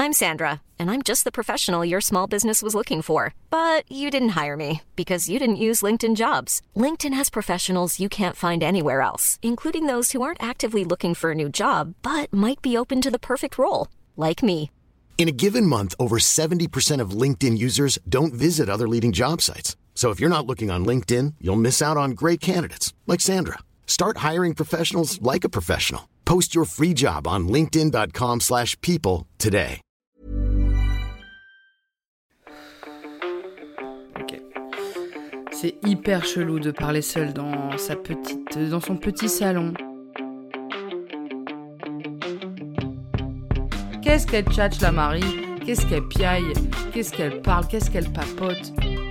I'm Sandra, and I'm just the professional your small business was looking for. But you didn't hire me because you didn't use LinkedIn Jobs. LinkedIn has professionals you can't find anywhere else, including those who aren't actively looking for a new job, but might be open to the perfect role, like me. In a given month, over 70% of LinkedIn users don't visit other leading job sites. So if you're not looking on LinkedIn, you'll miss out on great candidates like Sandra. Start hiring professionals like a professional. Post your free job on linkedin.com/people today. Ok. C'est hyper chelou de parler seul dans son petit salon. Qu'est-ce qu'elle tchatche la Marie ? Qu'est-ce qu'elle piaille ? Qu'est-ce qu'elle parle ? Qu'est-ce qu'elle papote ?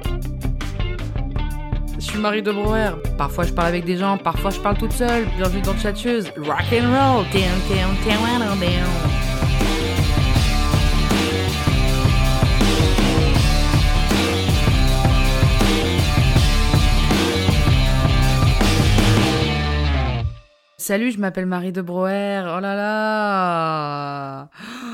Je suis Marie de Brouwer. Parfois je parle avec des gens, parfois je parle toute seule. Bienvenue dans Tchatcheuse. Rock and roll. Salut, je m'appelle Marie de Brouwer. Oh là là.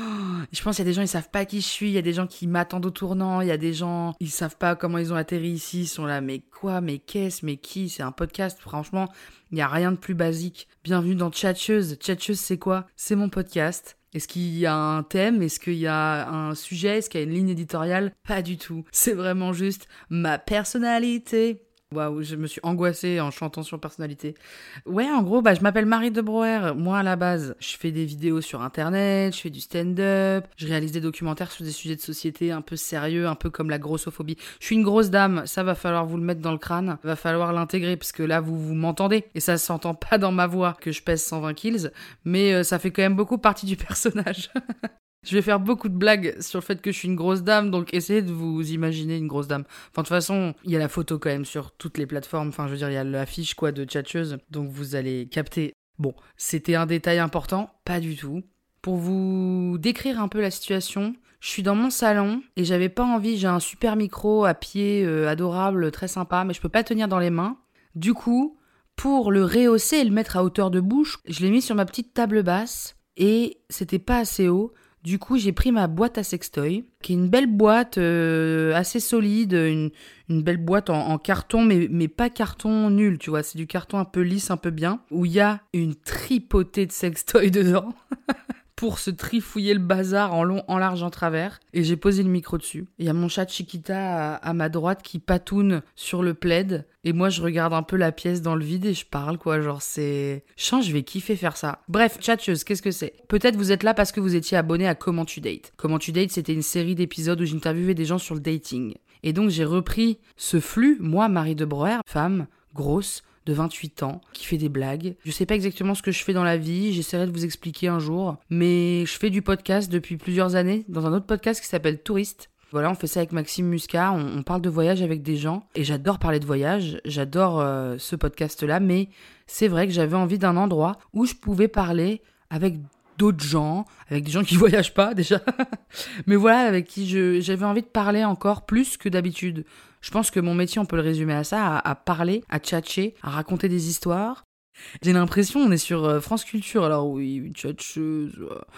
Je pense qu'il y a des gens, ils savent pas qui je suis. Il y a des gens qui m'attendent au tournant. Il y a des gens, ils savent pas comment ils ont atterri ici. Ils sont là, mais quoi, mais qu'est-ce, mais qui ? C'est un podcast. Franchement, il y a rien de plus basique. Bienvenue dans Tchatcheuse. Tchatcheuse, c'est quoi ? C'est mon podcast. Est-ce qu'il y a un thème ? Est-ce qu'il y a un sujet ? Est-ce qu'il y a une ligne éditoriale ? Pas du tout. C'est vraiment juste ma personnalité. Waouh, je me suis angoissée en chantant sur personnalité. Ouais, en gros, je m'appelle Marie de Brouwer. Moi, à la base, je fais des vidéos sur Internet, je fais du stand-up, je réalise des documentaires sur des sujets de société un peu sérieux, un peu comme la grossophobie. Je suis une grosse dame, ça va falloir vous le mettre dans le crâne, va falloir l'intégrer, parce que là, vous m'entendez, et ça s'entend pas dans ma voix que je pèse 120 kills, mais ça fait quand même beaucoup partie du personnage. Je vais faire beaucoup de blagues sur le fait que je suis une grosse dame, donc essayez de vous imaginer une grosse dame. Enfin, de toute façon, il y a la photo quand même sur toutes les plateformes. Enfin, je veux dire, il y a l'affiche de Tchatcheuse, donc vous allez capter. Bon, c'était un détail important ? Pas du tout. Pour vous décrire un peu la situation, je suis dans mon salon et j'avais pas envie, j'ai un super micro à pied adorable, très sympa, mais je peux pas tenir dans les mains. Du coup, pour le rehausser et le mettre à hauteur de bouche, je l'ai mis sur ma petite table basse et c'était pas assez haut. Du coup, j'ai pris ma boîte à sextoy, qui est une belle boîte assez solide, une belle boîte en carton, mais pas carton nul, tu vois. C'est du carton un peu lisse, un peu bien, où il y a une tripotée de sextoy dedans pour se trifouiller le bazar en long, en large, en travers. Et j'ai posé le micro dessus. Il y a mon chat Chiquita à ma droite qui patoune sur le plaid. Et moi, je regarde un peu la pièce dans le vide et je parle, quoi. Genre, c'est... Je vais kiffer faire ça. Bref, Tchatcheuse, qu'est-ce que c'est ? Peut-être vous êtes là parce que vous étiez abonné à Comment tu dates. Comment tu dates, c'était une série d'épisodes où j'interviewais des gens sur le dating. Et donc, j'ai repris ce flux, moi, Marie de Brouwer, femme, grosse, de 28 ans, qui fait des blagues. Je sais pas exactement ce que je fais dans la vie, j'essaierai de vous expliquer un jour. Mais je fais du podcast depuis plusieurs années, dans un autre podcast qui s'appelle Touriste. Voilà, on fait ça avec Maxime Muscat, on parle de voyage avec des gens, et j'adore parler de voyage, j'adore ce podcast-là, mais c'est vrai que j'avais envie d'un endroit où je pouvais parler avec d'autres gens, avec des gens qui voyagent pas déjà, mais voilà, avec qui j'avais envie de parler encore plus que d'habitude. Je pense que mon métier, on peut le résumer à ça, à parler, à tchatcher, à raconter des histoires. J'ai l'impression, on est sur France Culture, alors oui, tchatcheuse,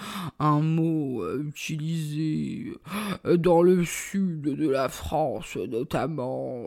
un mot utilisé dans le sud de la France notamment,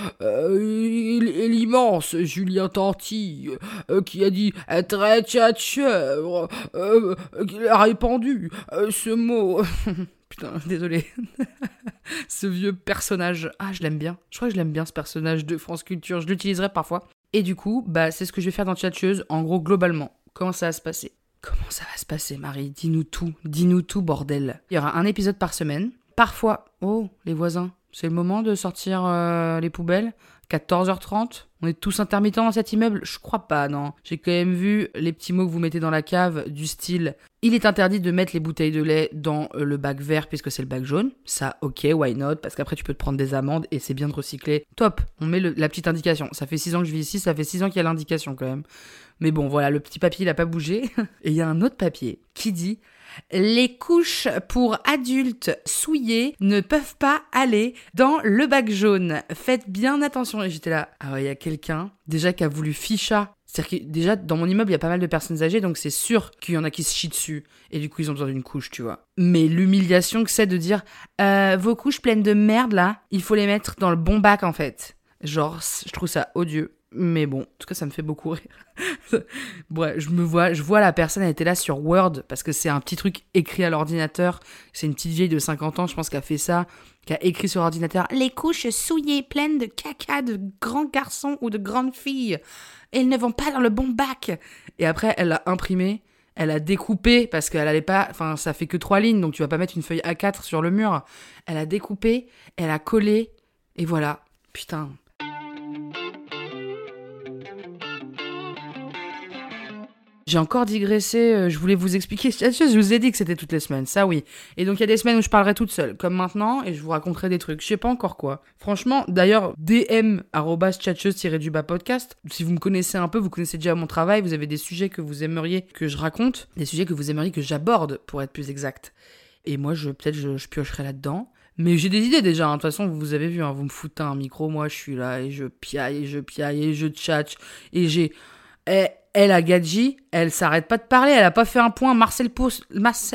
et l'immense Julien Tanti, qui a dit être tchatcheur, qui a répandu ce mot... Putain, désolé. Ce vieux personnage. Ah, je l'aime bien. Je crois que je l'aime bien, ce personnage de France Culture. Je l'utiliserai parfois. Et du coup, c'est ce que je vais faire dans Tchatcheuse. En gros, globalement, comment ça va se passer ? Comment ça va se passer, Marie ? Dis-nous tout, bordel. Il y aura un épisode par semaine. Parfois, oh, les voisins, c'est le moment de sortir les poubelles. 14h30, on est tous intermittents dans cet immeuble ? Je crois pas, non. J'ai quand même vu les petits mots que vous mettez dans la cave du style « Il est interdit de mettre les bouteilles de lait dans le bac vert puisque c'est le bac jaune ». Ça, ok, why not ? Parce qu'après, tu peux te prendre des amendes et c'est bien de recycler. Top, on met la petite indication. Ça fait 6 ans que je vis ici, ça fait 6 ans qu'il y a l'indication quand même. Mais bon, voilà, le petit papier, il a pas bougé. Et il y a un autre papier qui dit... Les couches pour adultes souillées ne peuvent pas aller dans le bac jaune. Faites bien attention. Et j'étais là, ah ouais, il y a quelqu'un déjà qui a voulu ficha C'est-à-dire que déjà, dans mon immeuble, il y a pas mal de personnes âgées, donc c'est sûr qu'il y en a qui se chient dessus. Et du coup, ils ont besoin d'une couche, tu vois. Mais l'humiliation que c'est de dire vos couches pleines de merde, là, il faut les mettre dans le bon bac, en fait. Genre, je trouve ça odieux. Mais bon, en tout cas, ça me fait beaucoup rire. Bref, je vois la personne, elle était là sur Word, parce que c'est un petit truc écrit à l'ordinateur. C'est une petite vieille de 50 ans, je pense, qui a fait ça, qui a écrit sur ordinateur. Les couches souillées, pleines de caca de grands garçons ou de grandes filles. Elles ne vont pas dans le bon bac. Et après, elle l'a imprimé, elle a découpé, parce qu'elle allait pas, enfin, ça fait que 3 lignes, donc tu vas pas mettre une feuille A4 sur le mur. Elle a découpé, elle a collé, et voilà. Putain. J'ai encore digressé, je voulais vous expliquer, je vous ai dit que c'était toutes les semaines, ça oui. Et donc il y a des semaines où je parlerai toute seule, comme maintenant, et je vous raconterai des trucs, je sais pas encore quoi. Franchement, d'ailleurs, DM @tchatcheuse-podcast, si vous me connaissez un peu, vous connaissez déjà mon travail, vous avez des sujets que vous aimeriez que je raconte, des sujets que vous aimeriez que j'aborde, pour être plus exact. Et moi, je piocherai là-dedans. Mais j'ai des idées déjà, hein. De toute façon, vous avez vu, hein, vous me foutez un micro, moi je suis là, et je piaille, et je tchatche, et j'ai... Elle a Gadji, elle s'arrête pas de parler, elle a pas fait un point. Marcel Proust,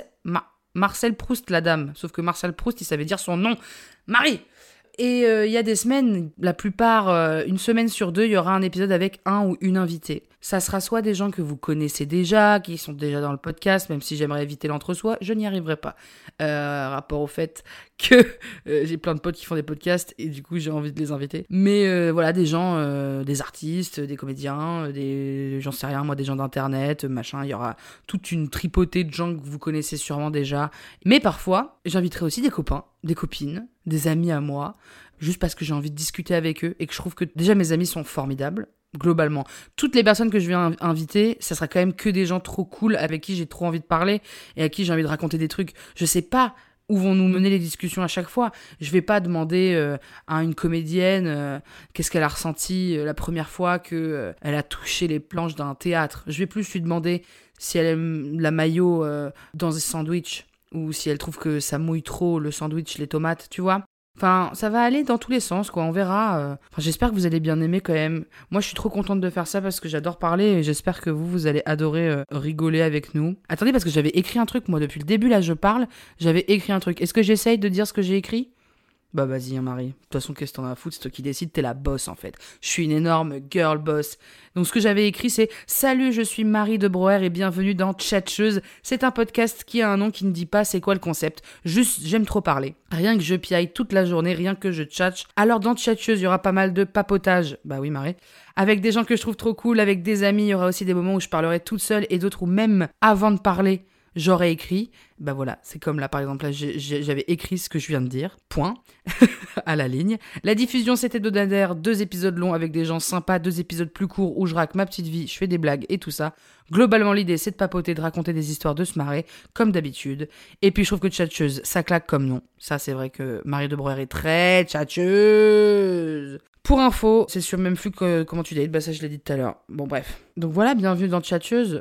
la dame. Sauf que Marcel Proust, il savait dire son nom. Marie. Et il y a des semaines, la plupart, une semaine sur 2, il y aura un épisode avec un ou une invitée. Ça sera soit des gens que vous connaissez déjà, qui sont déjà dans le podcast, même si j'aimerais éviter l'entre-soi, je n'y arriverai pas. Rapport au fait que j'ai plein de potes qui font des podcasts et du coup j'ai envie de les inviter. Mais voilà, des gens, des artistes, des comédiens, j'en sais rien, moi, des gens d'internet, machin, il y aura toute une tripotée de gens que vous connaissez sûrement déjà. Mais parfois, j'inviterai aussi des copains, des copines, des amis à moi, juste parce que j'ai envie de discuter avec eux et que je trouve que déjà mes amis sont formidables. Globalement, toutes les personnes que je viens inviter, ça sera quand même que des gens trop cool avec qui j'ai trop envie de parler et à qui j'ai envie de raconter des trucs. Je sais pas où vont nous mener les discussions à chaque fois. Je vais pas demander à une comédienne qu'est-ce qu'elle a ressenti la première fois que elle a touché les planches d'un théâtre. Je vais plus lui demander si elle aime la mayo dans un sandwich ou si elle trouve que ça mouille trop le sandwich, les tomates, tu vois. Enfin, ça va aller dans tous les sens, quoi, on verra. Enfin, j'espère que vous allez bien aimer quand même. Moi, je suis trop contente de faire ça parce que j'adore parler et j'espère que vous allez adorer rigoler avec nous. Attendez, parce que j'avais écrit un truc, moi, depuis le début, là, je parle, j'avais écrit un truc. Est-ce que j'essaye de dire ce que j'ai écrit ? Bah vas-y, hein, Marie. De toute façon, qu'est-ce que t'en as à foutre, c'est toi qui décides, t'es la boss en fait. Je suis une énorme girl boss. Donc ce que j'avais écrit, c'est « Salut, je suis Marie de Broer et bienvenue dans Tchatcheuse. C'est un podcast qui a un nom qui ne dit pas c'est quoi le concept. Juste, j'aime trop parler. Rien que je piaille toute la journée, rien que je tchatche. Alors dans Tchatcheuse, il y aura pas mal de papotage. Bah oui, Marie. Avec des gens que je trouve trop cool, avec des amis, il y aura aussi des moments où je parlerai toute seule et d'autres où même avant de parler, j'aurais écrit, bah voilà, c'est comme là par exemple, là j'avais écrit ce que je viens de dire, point, à la ligne. La diffusion c'était Dodadère, 2 épisodes longs avec des gens sympas, 2 épisodes plus courts où je raque ma petite vie, je fais des blagues et tout ça. Globalement l'idée c'est de papoter, de raconter des histoires, de se marrer, comme d'habitude. Et puis je trouve que Tchatcheuse, ça claque comme nom. Ça c'est vrai que Marie de Broer est très tchatcheuse. Pour info, c'est sur le même flux que comment tu dates, bah ça je l'ai dit tout à l'heure. Bon bref, donc voilà, bienvenue dans Tchatcheuse.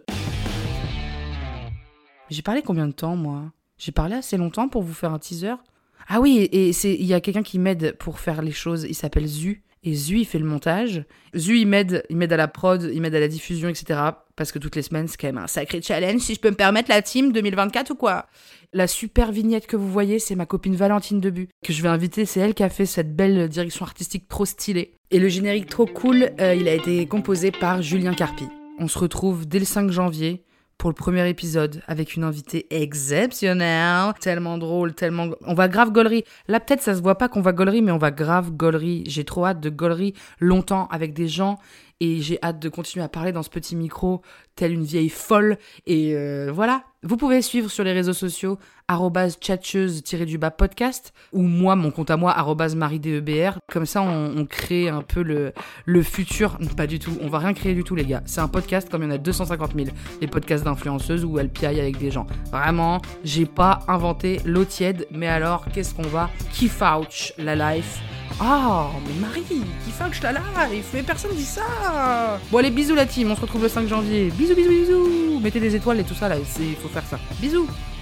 J'ai parlé combien de temps, moi ? J'ai parlé assez longtemps pour vous faire un teaser. Ah oui, et il y a quelqu'un qui m'aide pour faire les choses. Il s'appelle Zu. Et Zu, il fait le montage. Zu, il m'aide à la prod, il m'aide à la diffusion, etc. Parce que toutes les semaines, c'est quand même un sacré challenge, si je peux me permettre, la team 2024 ou quoi ? La super vignette que vous voyez, c'est ma copine Valentine Debu, que je vais inviter. C'est elle qui a fait cette belle direction artistique trop stylée. Et le générique trop cool, il a été composé par Julien Carpi. On se retrouve dès le 5 janvier. Pour le premier épisode, avec une invitée exceptionnelle, tellement drôle, tellement... On va grave gaulerie. Là, peut-être, ça se voit pas qu'on va gaulerie, mais on va grave gaulerie. J'ai trop hâte de gaulerie longtemps avec des gens, et j'ai hâte de continuer à parler dans ce petit micro, telle une vieille folle. Et voilà. Vous pouvez suivre sur les réseaux sociaux @tchatcheuse-podcast ou moi, mon compte à moi, @mariedebr. Comme ça, on crée un peu le futur. Pas du tout. On va rien créer du tout, les gars. C'est un podcast comme il y en a 250 000. Les podcasts d'influenceuses où elles piaillent avec des gens. Vraiment, j'ai pas inventé l'eau tiède. Mais alors, qu'est-ce qu'on va kiff-ouch la life. Oh, mais Marie, kiff-ouch la life. Mais personne dit ça. Bon, allez, bisous la team. On se retrouve le 5 janvier. Bisous, bisous, bisous. Mettez des étoiles et tout ça, là. Il faut faire ça. Bisous.